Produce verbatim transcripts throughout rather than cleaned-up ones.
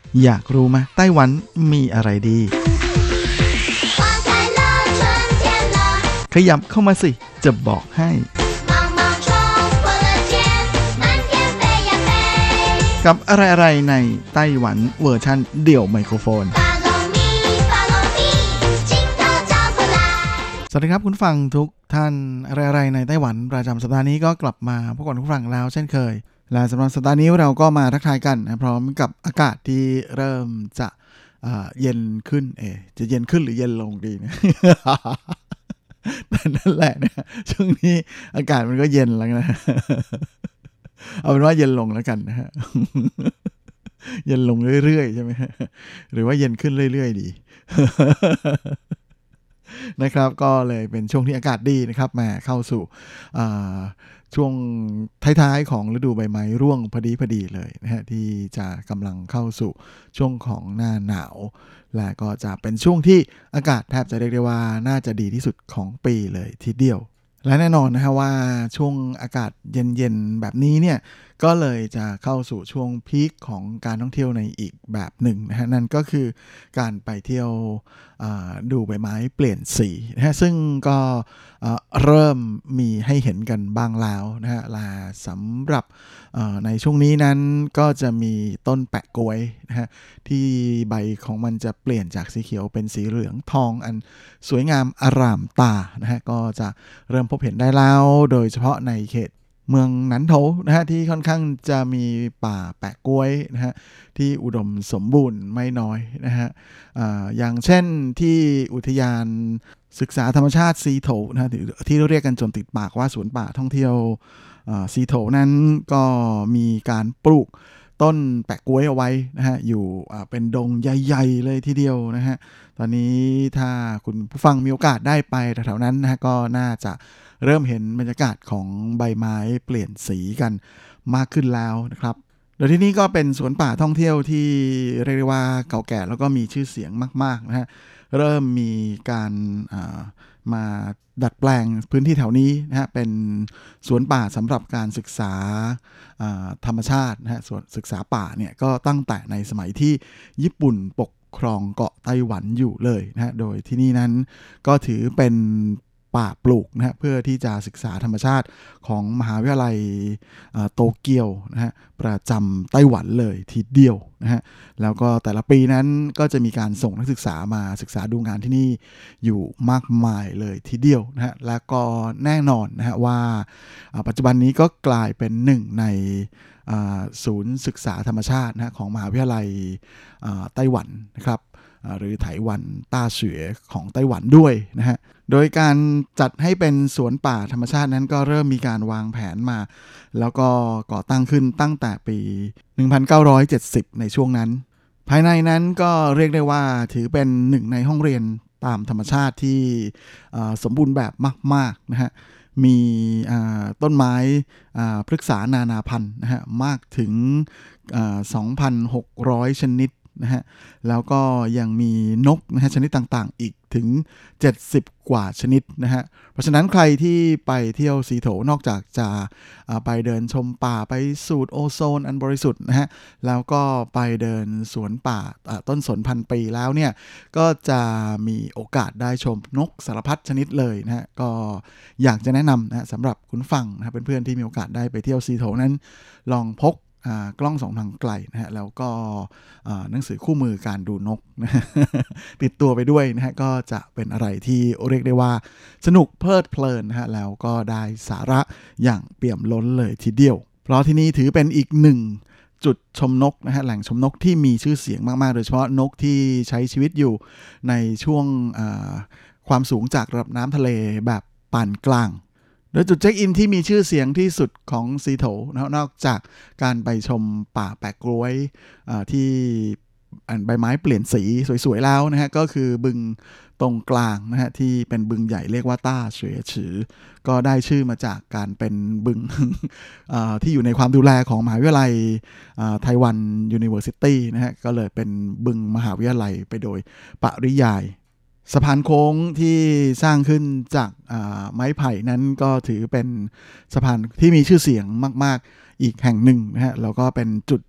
อยากรู้ไหมไต้หวันมีอะไรดีขยับเข้ามาสิจะบอกให้กับอะไรๆในไต้หวันเวอร์ชันเดี่ยวไมโครโฟนสวัสดีครับคุณฟังทุกท่านอะไรๆในไต้หวันประจำสัปดาห์นี้ก็กลับมาพบกับคุณฟังแล้วเช่นเคยและสำหรับสัปดาห์นี้เราก็มาทักทายกันนะพร้อมกับอากาศที่เริ่มจะเย็นขึ้นเอจะเย็นขึ้นหรือเย็นลงดีนะแต่นั่นแหละนะช่วงนี้อากาศมันก็เย็นแล้วนะเอาเป็นว่าเย็นลงแล้วกันนะฮะเย็นลงเรื่อยๆใช่ไหมหรือว่าเย็นขึ้นเรื่อยๆดีนะครับก็เลยเป็นช่วงที่อากาศดีนะครับมาเข้าสู่ช่วงท้ายๆของฤดูใบไม้ร่วงพอดีพอดีเลยนะฮะที่จะกำลังเข้าสู่ช่วงของหน้าหนาวและก็จะเป็นช่วงที่อากาศแทบจะเรียกได้ว่าน่าจะดีที่สุดของปีเลยทีเดียวและแน่นอนนะฮะว่าช่วงอากาศเย็นๆแบบนี้เนี่ยก็เลยจะเข้าสู่ช่วงพีคของการท่องเที่ยวในอีกแบบหนึ่งนะฮะนั่นก็คือการไปเที่ยวดูใบไม้เปลี่ยนสีนะฮะซึ่งก็เริ่มมีให้เห็นกันบ้างแล้วนะฮะและสำหรับในช่วงนี้นั้นก็จะมีต้นแปะก๊วยนะฮะที่ใบของมันจะเปลี่ยนจากสีเขียวเป็นสีเหลืองทองอันสวยงามอร่ามตานะฮะก็จะเริ่มพบเห็นได้แล้วโดยเฉพาะในเขตเมืองหนันโถนะฮะที่ค่อนข้างจะมีป่าแปะก๊วยนะฮะที่อุดมสมบูรณ์ไม่น้อยนะฮะ อ, อย่างเช่นที่อุทยานศึกษาธรรมชาติซีโถนะฮะที่เรียกกันจนติดปากว่าสวนป่าท่องเที่ยวซีโถนั้นก็มีการปลูกต้นแปะก๊วยเอาไว้นะฮะอยู่เป็นดงใหญ่ๆเลยทีเดียวนะฮะตอนนี้ถ้าคุณผู้ฟังมีโอกาสได้ไปแถวๆนั้นนะฮะก็น่าจะเริ่มเห็นบรรยากาศของใบไม้เปลี่ยนสีกันมากขึ้นแล้วนะครับโดยที่นี่ก็เป็นสวนป่าท่องเที่ยวที่เรียกได้ว่าเก่าแก่แล้วก็มีชื่อเสียงมากๆนะฮะเริ่มมีการมาดัดแปลงพื้นที่แถวนี้นะฮะเป็นสวนป่าสำหรับการศึกษาธรรมชาตินะฮะสวนศึกษาป่าเนี่ยก็ตั้งแต่ในสมัยที่ญี่ปุ่นปกครองเกาะไต้หวันอยู่เลยนะฮะโดยที่นี่นั้นก็ถือเป็นป่าปลูกนะฮะเพื่อที่จะศึกษาธรรมชาติของมหาวิทยาลัยโตเกียวนะฮะประจำไต้หวันเลยทีเดียวนะฮะแล้วก็แต่ละปีนั้นก็จะมีการส่งนักศึกษามาศึกษาดูงานที่นี่อยู่มากมายเลยทีเดียวนะฮะแล้วก็แน่นอนนะฮะว่าปัจจุบันนี้ก็กลายเป็นหนึ่งในศูนย์ศึกษาธรรมชาตินะของมหาวิทยาลัยไต้หวันนะครับหรือไต้หวันต้าเฉวยของไต้หวันด้วยนะฮะโดยการจัดให้เป็นสวนป่าธรรมชาตินั้นก็เริ่มมีการวางแผนมาแล้วก็ก่อตั้งขึ้นตั้งแต่ปีหนึ่งพันเก้าร้อยเจ็ดสิบในช่วงนั้นภายในนั้นก็เรียกได้ว่าถือเป็นหนึ่งในห้องเรียนตามธรรมชาติที่สมบูรณ์แบบมากๆนะฮะมีต้นไม้พฤกษานานาพันธุ์นะฮะมากถึง สองพันหกร้อย ชนิดนะฮะแล้วก็ยังมีนกนะฮะชนิดต่างๆอีกถึงเจ็ดสิบกว่าชนิดนะฮะเพราะฉะนั้นใครที่ไปเที่ยวซีโถนอกจากจะไปเดินชมป่าไปสูดโอโซนอันบริสุทธิ์นะฮะแล้วก็ไปเดินสวนป่าต้นสนพันปีแล้วเนี่ยก็จะมีโอกาสได้ชมนกสารพัดชนิดเลยนะฮะก็อยากจะแนะนำนะสำหรับคุณฟังนะเพื่อนๆที่มีโอกาสได้ไปเที่ยวซีโถนั้นลองพกกล้องส่องทางไกลนะฮะแล้วก็หนังสือคู่มือการดูนกนะติดตัวไปด้วยนะฮะก็จะเป็นอะไรที่เรียกได้ว่าสนุกเพลิดเพลินนะฮะแล้วก็ได้สาระอย่างเปี่ยมล้นเลยทีเดียวเพราะที่นี่ถือเป็นอีกหนึ่งจุดชมนกนะฮะแหล่งชมนกที่มีชื่อเสียงมากๆโดยเฉพาะนกที่ใช้ชีวิตอยู่ในช่วงความสูงจากระดับน้ำทะเลแบบปานกลางโดยจุดเช็คอินที่มีชื่อเสียงที่สุดของซีโถนะนอกจากการไปชมป่าแปะกล้วยที่ใบไม้เปลี่ยนสีสวยๆแล้วนะฮะก็คือบึงตรงกลางนะฮะที่เป็นบึงใหญ่เรียกว่าต้าเฉวยฉือก็ได้ชื่อมาจากการเป็นบึง ที่อยู่ในความดูแลของมหาวิทยาลัยไต้หวันยูนิเวอร์ซิตี้นะฮะก็เลยเป็นบึงมหาวิทยาลัยไปโดยปริยายสะพานโค้งที่สร้างขึ้นจากไม้ไผ่นั้นก็ถือเป็นสะพานที่มีชื่อเสียงมากๆอีกแห่งหนึ่งนะฮะแล้วก็เป็นจุด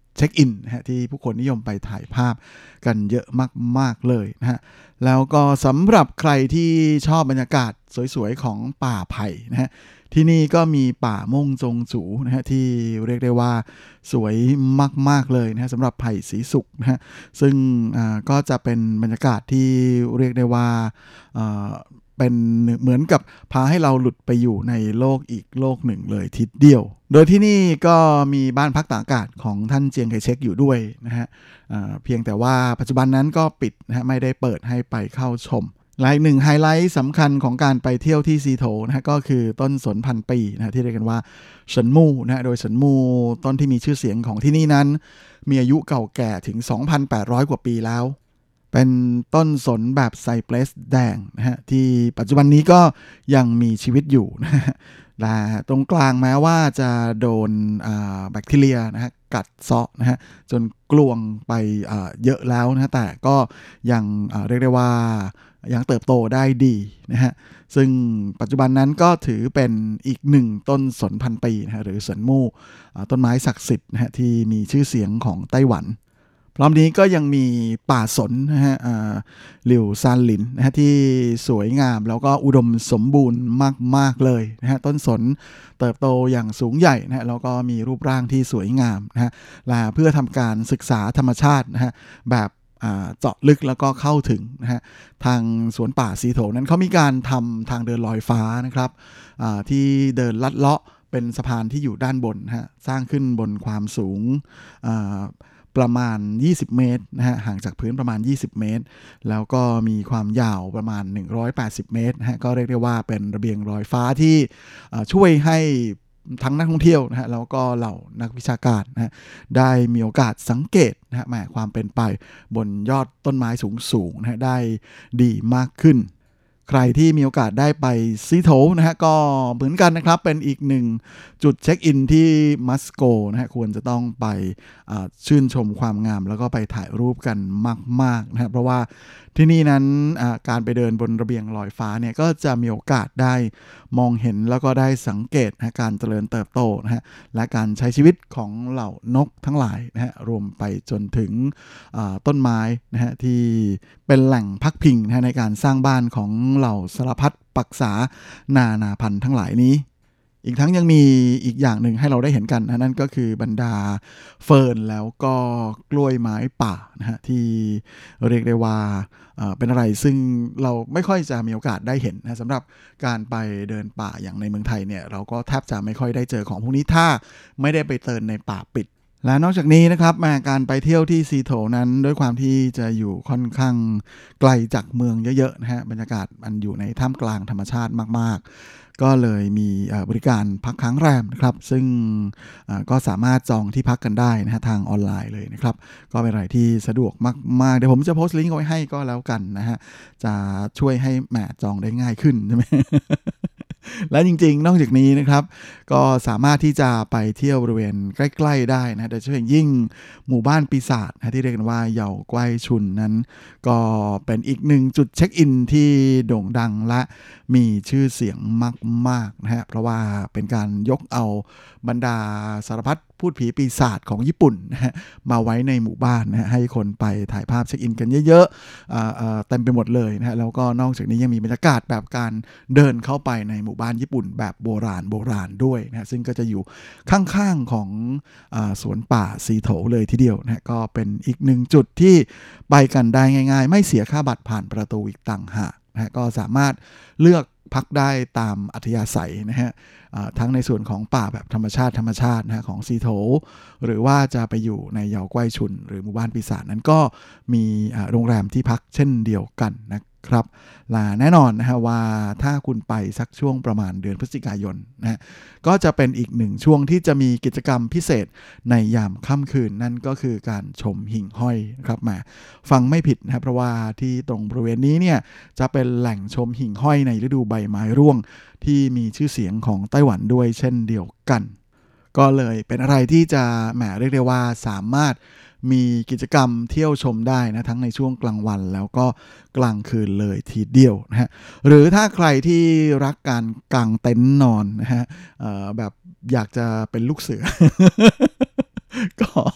เช็คอินนะฮะที่ผู้คนนิยมไปถ่ายภาพกันเยอะมากๆเลยนะฮะแล้วก็สำหรับใครที่ชอบบรรยากาศสวยๆของป่าไผ่นะฮะที่นี่ก็มีป่าม่งจงจูนะฮะที่เรียกได้ว่าสวยมากๆเลยนะฮะสำหรับไผ่สีสุกนะฮะซึ่งก็จะเป็นบรรยากาศที่เรียกได้ว่าเป็นเหมือนกับพาให้เราหลุดไปอยู่ในโลกอีกโลกหนึ่งเลยทีเดียวโดยที่นี่ก็มีบ้านพักตากอากาศของท่านเจียงไคเชกอยู่ด้วยนะฮะเพียงแต่ว่าปัจจุบันนั้นก็ปิดนะฮะไม่ได้เปิดให้ไปเข้าชมและอีกหนึ่งไฮไลท์สำคัญของการไปเที่ยวที่ซีโถนะฮะก็คือต้นสนพันปีนะฮะที่เรียกกันว่าเฉินมู่นะฮะโดยเฉินมู่ต้นที่มีชื่อเสียงของที่นี่นั้นมีอายุเก่าแก่ถึง สองพันแปดร้อย กว่าปีแล้วเป็นต้นสนแบบไซเปรสแดงนะฮะที่ปัจจุบันนี้ก็ยังมีชีวิตอยู่นะฮะแต่ตรงกลางแม้ว่าจะโดนแบคทีเรียนะฮะกัดเซาะนะฮะจนกลวงไปเยอะแล้วนะฮะแต่ก็ยังเรียกได้ว่ายังเติบโตได้ดีนะฮะซึ่งปัจจุบันนั้นก็ถือเป็นอีกหนึ่งต้นสนพันปีนะฮะหรือเฉินมู่ต้นไม้ศักดิ์สิทธิ์นะฮะที่มีชื่อเสียงของไต้หวันพร้อมนี้ก็ยังมีป่าสนนะฮะหลิวซานหลินนะฮะที่สวยงามแล้วก็อุดมสมบูรณ์มากๆเลยนะฮะต้นสนเติบโตอย่างสูงใหญ่นะฮะแล้วก็มีรูปร่างที่สวยงามนะฮะและเพื่อทำการศึกษาธรรมชาตินะฮะแบบเจาะลึกแล้วก็เข้าถึงนะฮะทางสวนป่าซีโถนั้นเขามีการทำทางเดินลอยฟ้านะครับที่เดินลัดเลาะเป็นสะพานที่อยู่ด้านบนนะฮะสร้างขึ้นบนความสูงประมาณยี่สิบเมตรนะฮะห่างจากพื้นประมาณยี่สิบเมตรแล้วก็มีความยาวประมาณหนึ่งร้อยแปดสิบเมตรนะฮะก็เรียกได้ว่าเป็นระเบียงลอยฟ้าที่ช่วยให้ทั้งนักท่องเที่ยวนะฮะแล้วก็เหล่านักวิชาการนะฮะได้มีโอกาสสังเกตนะฮะแหมความเป็นไปบนยอดต้นไม้สูงๆนะฮะได้ดีมากขึ้นใครที่มีโอกาสได้ไปซีโถนะฮะก็เหมือนกันนะครับเป็นอีกหนึ่งจุดเช็คอินที่มัสโกนะฮะควรจะต้องไปชื่นชมความงามแล้วก็ไปถ่ายรูปกันมากๆนะฮะเพราะว่าที่นี่นั้นการไปเดินบนระเบียงลอยฟ้าเนี่ยก็จะมีโอกาสได้มองเห็นแล้วก็ได้สังเกตนะการเจริญเติบโตนะฮะและการใช้ชีวิตของเหล่านกทั้งหลายนะฮะรวมไปจนถึงต้นไม้นะฮะที่เป็นแหล่งพักพิงนะฮะในการสร้างบ้านของเหล่าสารพัดปักษานานาพันธุ์ทั้งหลายนี้อีกทั้งยังมีอีกอย่างหนึ่งให้เราได้เห็นกันนะนั่นก็คือบรรดาเฟิร์นแล้วก็กล้วยไม้ป่านะฮะที่เรียกได้ว่าเป็นอะไรซึ่งเราไม่ค่อยจะมีโอกาสได้เห็นนะสำหรับการไปเดินป่าอย่างในเมืองไทยเนี่ยเราก็แทบจะไม่ค่อยได้เจอของพวกนี้ถ้าไม่ได้ไปเดินในป่าปิดและนอกจากนี้นะครับมาการไปเที่ยวที่ซีโถนั้นด้วยความที่จะอยู่ค่อนข้างไกลจากเมืองเยอะๆนะฮะบรรยากาศมันอยู่ในท่ามกลางธรรมชาติมากๆก็เลยมีบริการพักค้างแรมนะครับซึ่งก็สามารถจองที่พักกันได้นะฮะทางออนไลน์เลยนะครับก็เป็นอะไรที่สะดวกมากๆเดี๋ยวผมจะโพสต์ลิงก์เอาไว้ให้ก็แล้วกันนะฮะจะช่วยให้แหมจองได้ง่ายขึ้นใช่ไหม และจริงๆนอกจากนี้นะครับก็สามารถที่จะไปเที่ยวบริเวณใกล้ๆได้นะโดยเฉพาะยิ่งหมู่บ้านปีศาจนะที่เรียกกันว่าเหย่าไกว้ชุนนั้นก็เป็นอีกหนึ่งจุดเช็คอินที่โด่งดังและมีชื่อเสียงมากๆนะฮะเพราะว่าเป็นการยกเอาบรรดาสารพัดพูดผีปีศาจของญี่ปุ่นนะฮะมาไว้ในหมู่บ้านนะฮะให้คนไปถ่ายภาพเช็คอินกันเยอะๆเต็มไปหมดเลยนะฮะแล้วก็นอกจากนี้ยังมีบรรยากาศแบบการเดินเข้าไปในหมู่บ้านญี่ปุ่นแบบโบราณโบราณด้วยนะซึ่งก็จะอยู่ข้างๆของสวนป่าซีโถเลยทีเดียวนะก็เป็นอีกหนึ่งจุดที่ไปกันได้ง่ายๆไม่เสียค่าบัตรผ่านประตูอีกต่างหากนะก็สามารถเลือกพักได้ตามอัธยาศัยนะฮะทั้งในส่วนของป่าแบบธรรมชาติธรรมชาตินะของซีโถหรือว่าจะไปอยู่ในเหย่าไกว้ชุนหรือหมู่บ้านปีศาจนั้นก็มีโรงแรมที่พักเช่นเดียวกันนะครับและแน่นอนนะฮะว่าถ้าคุณไปสักช่วงประมาณเดือนพฤศจิกายนนะฮะก็จะเป็นอีกหนึ่งช่วงที่จะมีกิจกรรมพิเศษในยามค่ำคืนนั่นก็คือการชมหิ่งห้อยนะครับมาฟังไม่ผิดนะครับเพราะว่าที่ตรงบริเวณนี้เนี่ยจะเป็นแหล่งชมหิ่งห้อยในฤดูใบไม้ร่วงที่มีชื่อเสียงของไต้หวันด้วยเช่นเดียวกันก็เลยเป็นอะไรที่จะแหมเรียกได้ว่าสามารถมีกิจกรรมเที่ยวชมได้นะทั้งในช่วงกลางวันแล้วก็กลางคืนเลยทีเดียวนะฮะหรือถ้าใครที่รักการกางเต็นท์นอนนะฮะแบบอยากจะเป็นลูกเสือ ก็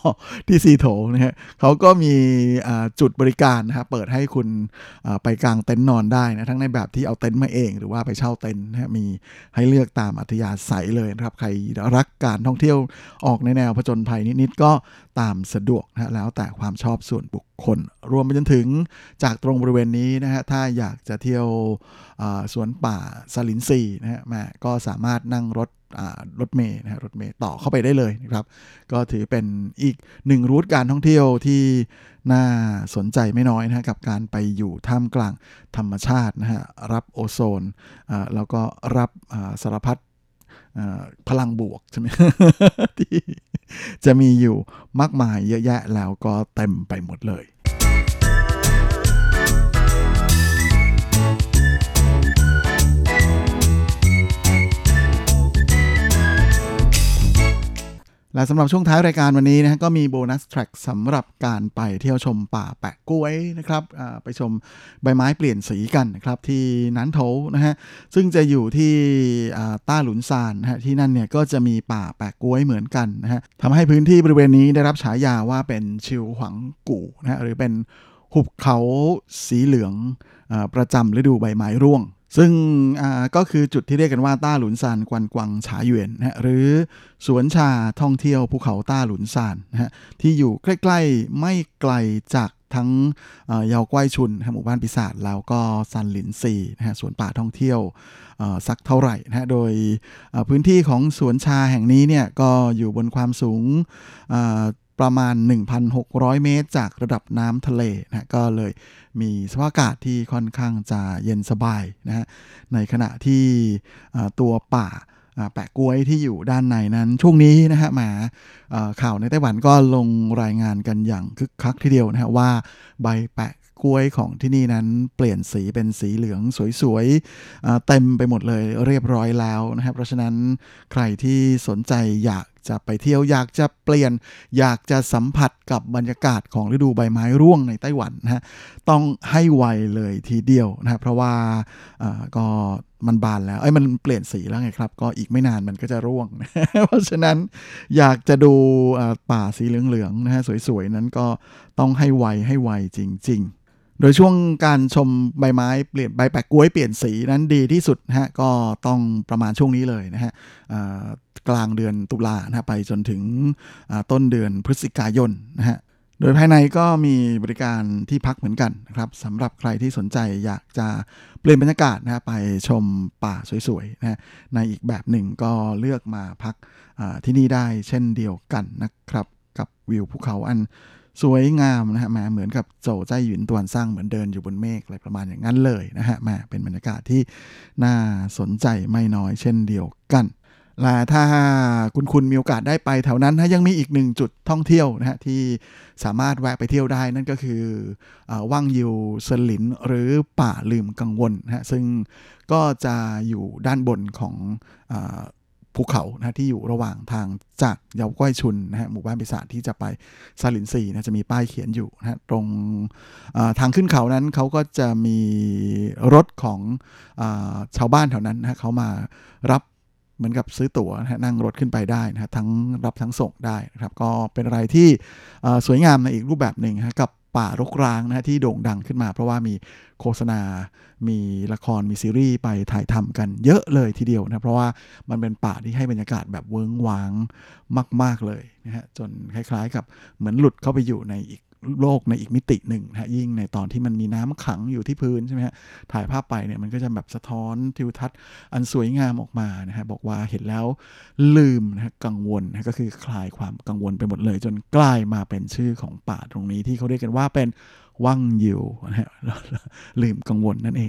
ที่ซีโถนะฮะเขาก็มีจุดบริการนะฮะเปิดให้คุณไปกางเต็นท์นอนได้นะทั้งในแบบที่เอาเต็นท์มาเองหรือว่าไปเช่าเต็นท์นะฮะมีให้เลือกตามอัธยาศัยเลยนะครับใครรักการท่องเที่ยวออกในแนวผจญภัยนิดๆก็ตามสะดวกนะแล้วแต่ความชอบส่วนบุคคลรวมไปจนถึงจากตรงบริเวณนี้นะฮะถ้าอยากจะเที่ยวสวนป่าสลินซีนะฮะมาก็สามารถนั่งรถรถเมล์นะรถเมล์ต่อเข้าไปได้เลยนะครับก็ถือเป็นอีกหนึ่งรูทการท่องเที่ยวที่น่าสนใจไม่น้อยนะกับการไปอยู่ท่ามกลางธรรมชาตินะฮะรับโอโซนแล้วก็รับสารพัดพลังบวกใช่ไหม ที่จะมีอยู่มากมายเยอะแยะแล้วก็เต็มไปหมดเลยและสำหรับช่วงท้ายรายการวันนี้นะก็มีโบนัสแทร็กสำหรับการไปเที่ยวชมป่าแปะก๊วยนะครับไปชมใบไม้เปลี่ยนสีกันนะครับที่นันโถนะฮะซึ่งจะอยู่ที่ต้าหลุนซานนะฮะที่นั่นเนี่ยก็จะมีป่าแปะก๊วยเหมือนกันนะฮะทำให้พื้นที่บริเวณนี้ได้รับฉายาว่าเป็นชิวหวังกู่นะฮะหรือเป็นหุบเขาสีเหลืองประจำฤดูใบไม้ร่วงซึ่งก็คือจุดที่เรียกกันว่าต้าหลุนซานกวนกวางฉาหยวนนะฮะหรือสวนชาท่องเที่ยวภูเขาต้าหลุนซานนะฮะที่อยู่ใกล้ๆไม่ไกลจากทั้งเยาก้วยชุนหมู่บ้านปีศาจแล้วก็ซันหลินซีนะฮะสวนป่าท่องเที่ยวสักเท่าไหร่นะฮะโดยพื้นที่ของสวนชาแห่งนี้เนี่ยก็อยู่บนความสูงประมาณ หนึ่งพันหกร้อย เมตรจากระดับน้ำทะเลนะก็เลยมีสภาพอากาศที่ค่อนข้างจะเย็นสบายนะฮะในขณะที่ตัวป่าแปะก๊วยที่อยู่ด้านในนั้นช่วงนี้นะฮะมาข่าวในไต้หวันก็ลงรายงานกันอย่างคึกคักทีเดียวนะฮะว่าใบแปะกล้วยของที่นี่นั้นเปลี่ยนสีเป็นสีเหลืองสวยๆเต็มไปหมดเลยเรียบร้อยแล้วนะครับเพราะฉะนั้นใครที่สนใจอยากจะไปเที่ยวอยากจะเปลี่ยนอยากจะสัมผัสกับบรรยากาศของฤดูใบไม้ร่วงในไต้หวันนะฮะต้องให้ไวเลยทีเดียวนะครับเพราะว่าก็มันบานแล้วไอ้มันเปลี่ยนสีแล้วไงครับก็อีกไม่นานมันก็จะร่วง เพราะฉะนั้นอยากจะดูป่าสีเหลืองๆนะฮะสวยๆนั้นก็ต้องให้ไวให้ไวจริงๆโดยช่วงการชมใบไม้เปลี่ยนใบแปะก๊วยเปลี่ยนสีนั้นดีที่สุดนะฮะก็ต้องประมาณช่วงนี้เลยนะฮะกลางเดือนตุลานะไปจนถึงต้นเดือนพฤศจิกายนนะฮะโดยภายในก็มีบริการที่พักเหมือนกันนะครับสำหรับใครที่สนใจอยากจะเปลี่ยนบรรยากาศนะไปชมป่าสวยๆนะในอีกแบบหนึ่งก็เลือกมาพักที่นี่ได้เช่นเดียวกันนะครับกับวิวภูเขาอันสวยงามนะฮะมาเหมือนกับโจวใจหยุนตวนสร้างเหมือนเดินอยู่บนเมฆอะไรประมาณอย่างนั้นเลยนะฮะมาเป็นบรรยากาศที่น่าสนใจไม่น้อยเช่นเดียวกันและถ้าคุณคุณมีโอกาสได้ไปแถวนั้นนะยังมีอีกหนึ่งจุดท่องเที่ยวนะฮะที่สามารถแวะไปเที่ยวได้นั่นก็คือว่างยิวเซินหลินหรือป่าลืมกังวลนะฮะซึ่งก็จะอยู่ด้านบนของภูเขานะที่อยู่ระหว่างทางจากเยาก้วยชุนนะฮะหมู่บ้านปีศาจที่จะไปซาลินซีนะจะมีป้ายเขียนอยู่นะฮะตรงทางขึ้นเขานั้นเขาก็จะมีรถของชาวบ้านแถวนั้นนะฮะเขามารับเหมือนกับซื้อตั๋วนะฮะนั่งรถขึ้นไปได้นะฮะทั้งรับทั้งส่งได้นะครับก็เป็นอะไรที่สวยงามในอีกรูปแบบหนึ่งนะกับป่ารกร้างนะฮะที่โด่งดังขึ้นมาเพราะว่ามีโฆษณามีละครมีซีรีส์ไปถ่ายทำกันเยอะเลยทีเดียวนะเพราะว่ามันเป็นป่าที่ให้บรรยากาศแบบเวิ้งว้างมากๆเลยนะฮะจนคล้ายๆกับเหมือนหลุดเข้าไปอยู่ในอีกโลกในอีกมิติหนึ่งนะฮะยิ่งในตอนที่มันมีน้ำขังอยู่ที่พื้นใช่ไหมฮะถ่ายภาพไปเนี่ยมันก็จะแบบสะท้อนทิวทัศน์อันสวยงามออกมานะฮะบอกว่าเห็นแล้วลืมนะฮะกังวลนะก็คือคลายความกังวลไปหมดเลยจนกลายมาเป็นชื่อของป่าตรงนี้ที่เขาเรียกกันว่าเป็นว่างยิวนะฮะลืมกังวลนั่นเอง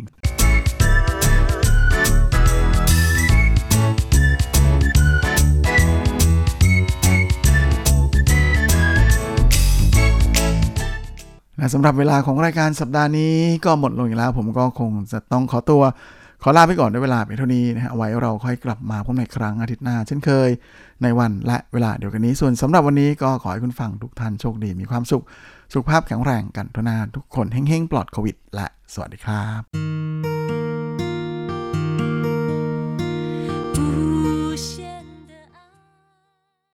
และสำหรับเวลาของรายการสัปดาห์นี้ก็หมดลงอีกแล้วผมก็คงจะต้องขอตัวขอลาไปก่อนด้วยเวลาเพียงเท่านี้นะฮะไว้เราค่อยกลับมาพบในครั้งอาทิตย์หน้าเช่นเคยในวันและเวลาเดียวกันนี้ส่วนสำหรับวันนี้ก็ขอให้คุณฟังทุกท่านโชคดีมีความสุขสุขภาพแข็งแรงกันทุกนาทุกคนเฮ้งๆปลอดโควิดและสวัสดีครับ